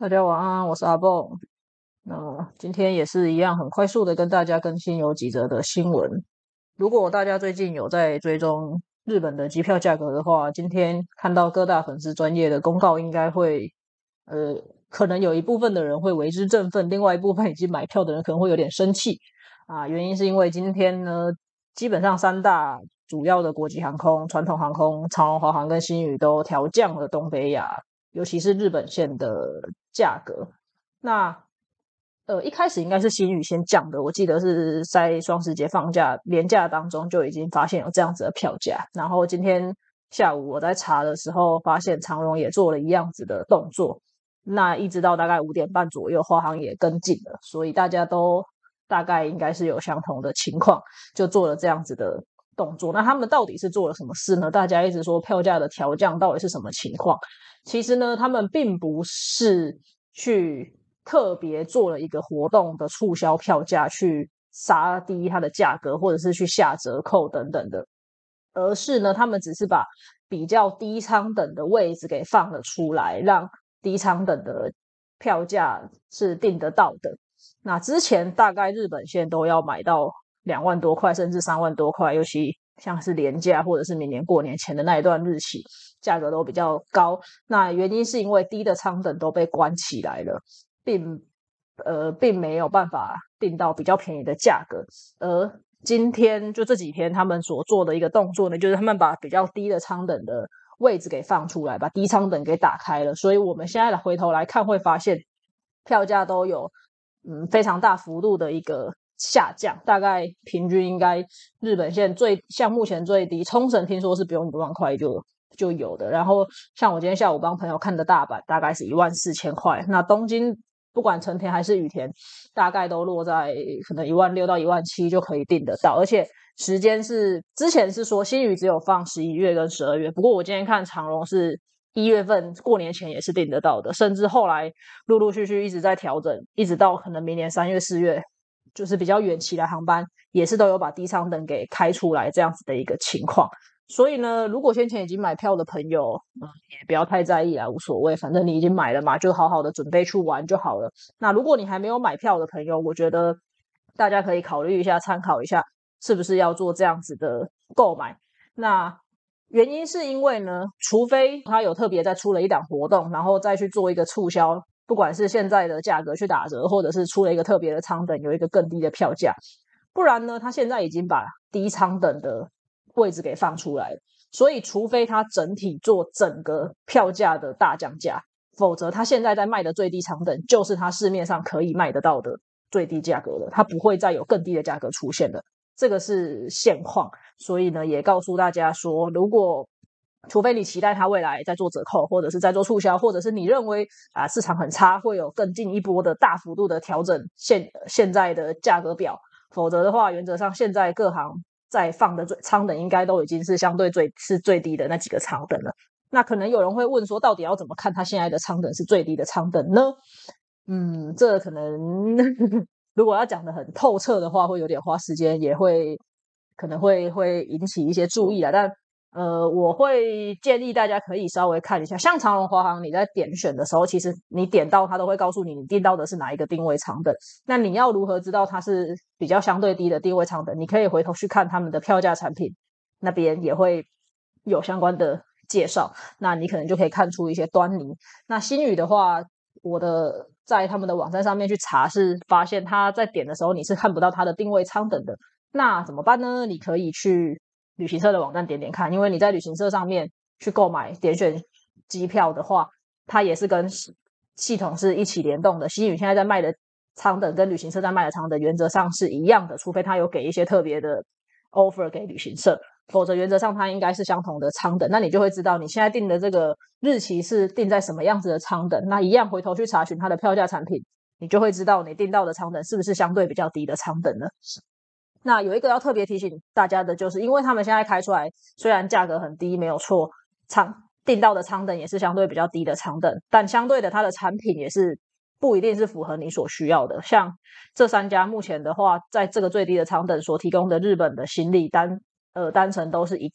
大家晚安，我是阿蹦。那今天也是一样，很快速的跟大家更新有几则的新闻。如果大家最近有在追踪日本的机票价格的话，今天看到各大粉丝专业的公告，应该会呃，可能有一部分的人会为之振奋，另外一部分已经买票的人可能会有点生气啊。原因是因为今天呢，基本上三大主要的国际航空、传统航空、长荣、华航跟新宇都调降了东北亚，尤其是日本线的价格。那一开始应该是新宇先降的，我记得是在双十节放假连假当中就已经发现有这样子的票价。然后今天下午我在查的时候，发现长荣也做了一样子的动作。那一直到大概5点半左右，华航也跟进了，所以大家都大概应该是有相同的情况，就做了这样子的动作。那他们到底是做了什么事呢？大家一直说票价的调降到底是什么情况？其实呢，他们并不是去特别做了一个活动的促销票价，去杀低它的价格，或者是去下折扣等等的，而是呢，他们只是把比较低舱等的位置给放了出来，让低舱等的票价是订得到的。那之前大概日本线都要买到2万多块，甚至3万多块，尤其像是廉价或者是明年过年前的那一段日期，价格都比较高。那原因是因为低的舱等都被关起来了，并没有办法订到比较便宜的价格。而今天就这几天他们所做的一个动作呢，就是他们把比较低的舱等的位置给放出来，把低舱等给打开了。所以我们现在回头来看，会发现票价都有非常大幅度的一个下降，大概平均应该日本线像目前最低，冲绳听说是不用1万块就有的。然后像我今天下午帮朋友看的大阪，大概是14000块。那东京不管成田还是羽田，大概都落在可能16000到17000就可以订得到。而且时间是之前是说新宇只有放11月跟12月，不过我今天看长荣是1月份过年前也是订得到的，甚至后来陆陆续续一直在调整，一直到可能明年3月4月，就是比较远期的航班也是都有把低舱等给开出来这样子的一个情况。所以呢，如果先前已经买票的朋友，也不要太在意啦，无所谓，反正你已经买了嘛，就好好的准备去玩就好了。那如果你还没有买票的朋友，我觉得大家可以考虑一下，参考一下，是不是要做这样子的购买。那原因是因为呢，除非他有特别再出了一档活动，然后再去做一个促销，不管是现在的价格去打折，或者是出了一个特别的舱等，有一个更低的票价，不然呢，他现在已经把低舱等的位置给放出来了。所以，除非他整体做整个票价的大降价，否则他现在在卖的最低舱等就是他市面上可以卖得到的最低价格了，他不会再有更低的价格出现了。这个是现况，所以呢，也告诉大家说，除非你期待它未来在做折扣，或者是在做促销，或者是你认为市场很差，会有更进一波的大幅度的调整现在的价格表，否则的话，原则上现在各行在放的舱等应该都已经是相对最低的那几个舱等了。那可能有人会问说，到底要怎么看它现在的舱等是最低的舱等呢？这可能如果要讲的很透彻的话，会有点花时间，也可能会引起一些注意啦。但我会建议大家可以稍微看一下，像长荣、华航，你在点选的时候，其实你点到它都会告诉你订到的是哪一个定位舱等。那你要如何知道它是比较相对低的定位舱等？你可以回头去看他们的票价产品那边也会有相关的介绍，那你可能就可以看出一些端倪。那新宇的话，在他们的网站上面去查，是发现他在点的时候你是看不到他的定位舱等的。那怎么办呢？你可以去旅行社的网站点点看，因为你在旅行社上面去购买点选机票的话，它也是跟系统是一起联动的。新宇现在在卖的舱等跟旅行社在卖的舱等原则上是一样的，除非他有给一些特别的 offer 给旅行社，否则原则上它应该是相同的舱等。那你就会知道你现在订的这个日期是订在什么样子的舱等，那一样回头去查询它的票价产品，你就会知道你订到的舱等是不是相对比较低的舱等呢？那有一个要特别提醒大家的就是，因为他们现在开出来虽然价格很低没有错，订到的舱等也是相对比较低的舱等，但相对的它的产品也是不一定是符合你所需要的。像这3家目前的话，在这个最低的舱等所提供的日本的行李单程都是1件，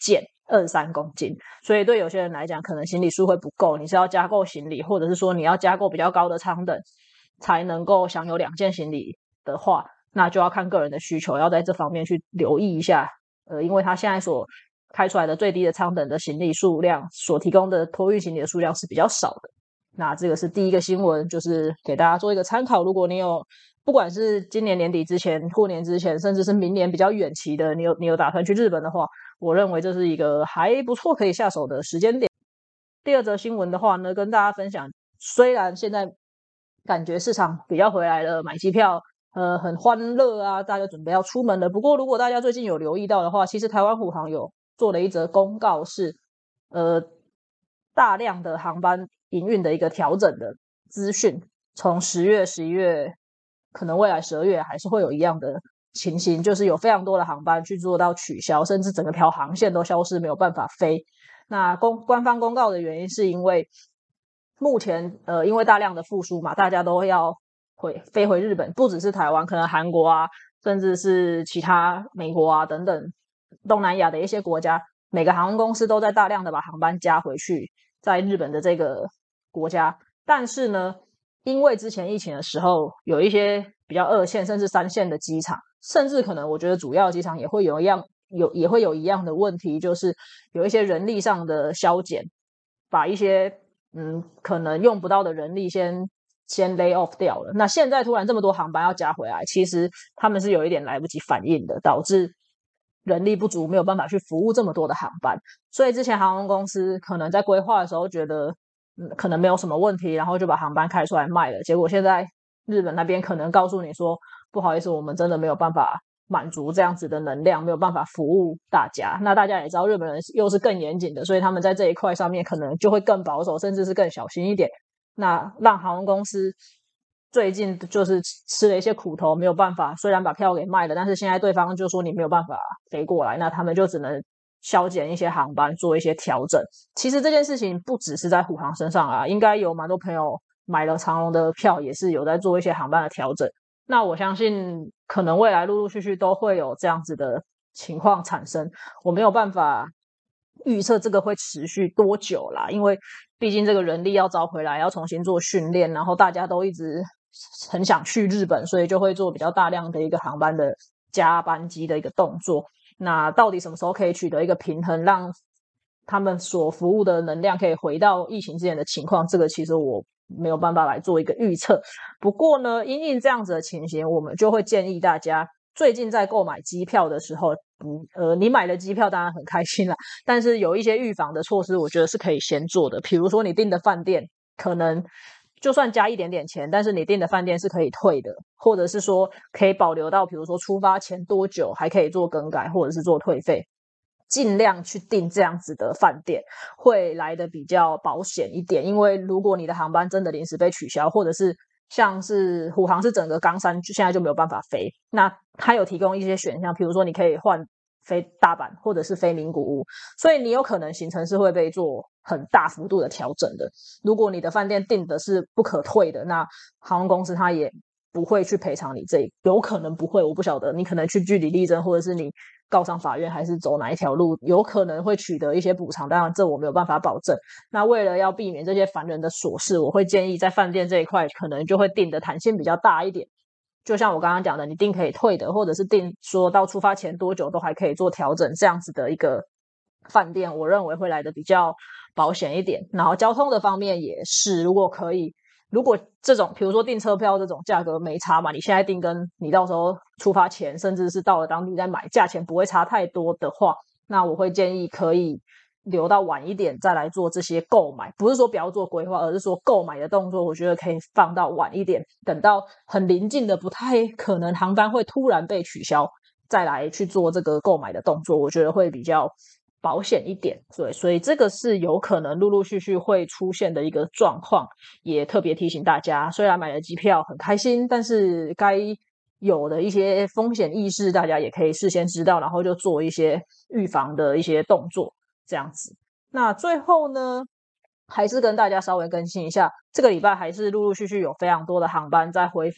23公斤，所以对有些人来讲，可能行李数会不够，你是要加购行李，或者是说你要加购比较高的舱等，才能够享有2件行李的话，那就要看个人的需求，要在这方面去留意一下。因为他现在所开出来的最低的舱等的行李数量，所提供的托运行李的数量是比较少的。那这个是第一个新闻，就是给大家做一个参考。如果你有不管是今年年底之前、过年之前，甚至是明年比较远期的，你有打算去日本的话，我认为这是一个还不错可以下手的时间点。第二则新闻的话呢，跟大家分享，虽然现在感觉市场比较回来了，买机票很欢乐啊，大家准备要出门了。不过如果大家最近有留意到的话，其实台湾虎航有做了一则公告是大量的航班营运的一个调整的资讯，从10月、11月，可能未来12月还是会有一样的情形，就是有非常多的航班去做到取消，甚至整个条航线都消失，没有办法飞。那官方公告的原因是因为目前因为大量的复苏嘛，大家都要飞回日本，不只是台湾，可能韩国啊，甚至是其他美国啊等等东南亚的一些国家，每个航空公司都在大量的把航班加回去在日本的这个国家。但是呢，因为之前疫情的时候有一些比较2线甚至3线的机场，甚至可能我觉得主要机场也会有一样的问题，就是有一些人力上的削减，把一些可能用不到的人力先 lay off 掉了。那现在突然这么多航班要加回来，其实他们是有一点来不及反应的，导致人力不足，没有办法去服务这么多的航班。所以之前航空公司可能在规划的时候觉得可能没有什么问题，然后就把航班开出来卖了。结果现在日本那边可能告诉你说，不好意思，我们真的没有办法满足这样子的能量，没有办法服务大家。那大家也知道日本人又是更严谨的，所以他们在这一块上面可能就会更保守，甚至是更小心一点。那让航空公司最近就是吃了一些苦头，没有办法，虽然把票给卖了，但是现在对方就说你没有办法飞过来，那他们就只能削减一些航班，做一些调整。其实这件事情不只是在虎航身上啊，应该有蛮多朋友买了长荣的票，也是有在做一些航班的调整。那我相信可能未来陆陆续续都会有这样子的情况产生，我没有办法预测这个会持续多久啦，因为毕竟这个人力要招回来，要重新做训练，然后大家都一直很想去日本，所以就会做比较大量的一个航班的加班机的一个动作。那到底什么时候可以取得一个平衡，让他们所服务的能量可以回到疫情之前的情况，这个其实我没有办法来做一个预测。不过呢，因应这样子的情形，我们就会建议大家最近在购买机票的时候，你买了机票当然很开心啦，但是有一些预防的措施，我觉得是可以先做的。比如说你订的饭店，可能就算加一点点钱，但是你订的饭店是可以退的，或者是说可以保留到比如说出发前多久还可以做更改，或者是做退费。尽量去订这样子的饭店，会来的比较保险一点。因为如果你的航班真的临时被取消，或者是像是虎航是整个冈山现在就没有办法飞，那它有提供一些选项，比如说你可以换飞大阪或者是飞名古屋，所以你有可能行程是会被做很大幅度的调整的。如果你的饭店订的是不可退的，那航空公司它也不会去赔偿你有可能不会，我不晓得，你可能去据理力争，或者是你告上法院，还是走哪一条路，有可能会取得一些补偿，当然这我没有办法保证。那为了要避免这些烦人的琐事，我会建议在饭店这一块可能就会订的弹性比较大一点，就像我刚刚讲的，你订可以退的，或者是订说到出发前多久都还可以做调整，这样子的一个饭店我认为会来的比较保险一点。然后交通的方面也是，如果这种比如说订车票这种价格没差嘛，你现在订跟你到时候出发前甚至是到了当地再买，价钱不会差太多的话，那我会建议可以留到晚一点再来做这些购买。不是说不要做规划，而是说购买的动作我觉得可以放到晚一点，等到很临近的不太可能航班会突然被取消再来去做这个购买的动作，我觉得会比较保险一点。对，所以这个是有可能陆陆续续会出现的一个状况，也特别提醒大家，虽然买了机票很开心，但是该有的一些风险意识大家也可以事先知道，然后就做一些预防的一些动作这样子。那最后呢，还是跟大家稍微更新一下，这个礼拜还是陆陆续续有非常多的航班在恢复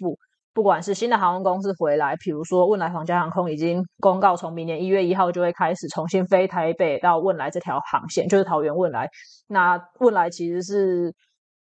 不管是新的航空公司回来，比如说汶莱皇家航空已经公告，从明年1月1号就会开始重新飞台北到汶莱这条航线，就是桃园汶莱。那汶莱其实是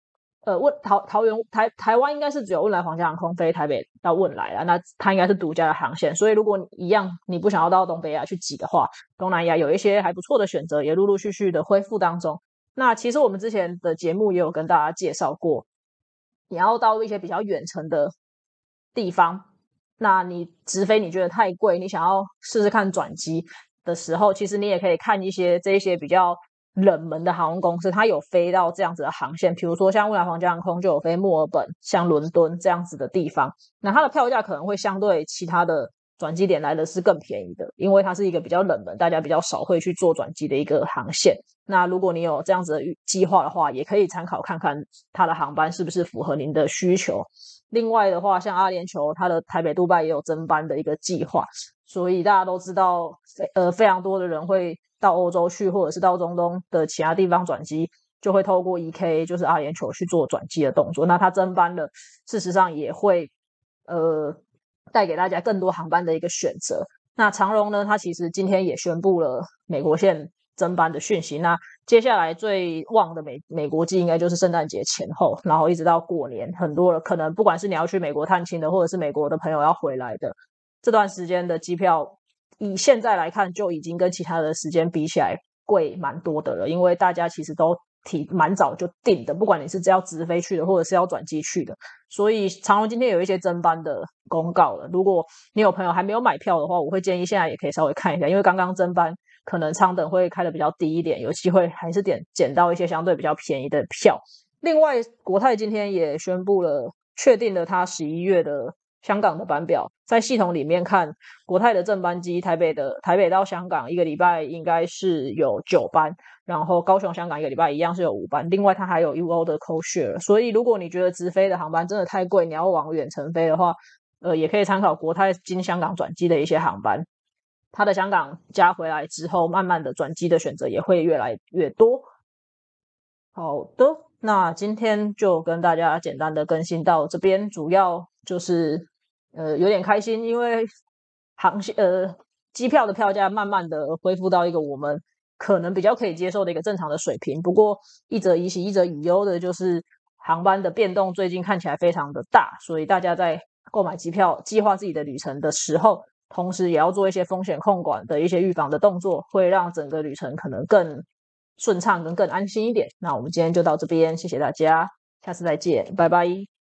台湾应该是只有汶莱皇家航空飞台北到汶莱啦，那它应该是独家的航线，所以如果一样你不想要到东北亚去挤的话，东南亚有一些还不错的选择，也陆陆续续的恢复当中。那其实我们之前的节目也有跟大家介绍过，你要到一些比较远程的地方，那你直飞你觉得太贵，你想要试试看转机的时候，其实你也可以看这一些比较冷门的航空公司，它有飞到这样子的航线，比如说像汶莱皇家航空就有飞墨尔本、像伦敦这样子的地方，那它的票价可能会相对其他的转机点来的是更便宜的，因为它是一个比较冷门，大家比较少会去做转机的一个航线。那如果你有这样子的计划的话，也可以参考看看它的航班是不是符合您的需求。另外的话，像阿联酋，它的台北、杜拜也有增班的一个计划，所以大家都知道，非常多的人会到欧洲去，或者是到中东的其他地方转机，就会透过 EK， 就是阿联酋去做转机的动作。那它增班了，事实上也会带给大家更多航班的一个选择。那长荣呢，它其实今天也宣布了美国线增班的讯息。那接下来最旺的美国季应该就是圣诞节前后，然后一直到过年，很多人可能不管是你要去美国探亲的，或者是美国的朋友要回来的，这段时间的机票，以现在来看就已经跟其他的时间比起来贵蛮多的了，因为大家其实都蛮早就定的，不管你是要直飞去的，或者是要转机去的。所以长荣今天有一些增班的公告了，如果你有朋友还没有买票的话，我会建议现在也可以稍微看一下，因为刚刚增班可能舱等会开的比较低一点，有机会还是捡到一些相对比较便宜的票。另外，国泰今天也宣布了，确定了它11月的香港的班表，在系统里面看，国泰的正班机台北到香港一个礼拜应该是有9班，然后高雄香港一个礼拜一样是有5班，另外它还有 UO 的 codeshare， 所以如果你觉得直飞的航班真的太贵，你要往远程飞的话，也可以参考国泰经香港转机的一些航班，它的香港加回来之后，慢慢的转机的选择也会越来越多。好的，那今天就跟大家简单的更新到这边，主要就是有点开心，因为机票的票价慢慢的恢复到一个我们可能比较可以接受的一个正常的水平。不过一则以喜一则以忧的就是航班的变动最近看起来非常的大，所以大家在购买机票计划自己的旅程的时候，同时也要做一些风险控管的一些预防的动作，会让整个旅程可能更顺畅跟更安心一点。那我们今天就到这边，谢谢大家，下次再见，拜拜。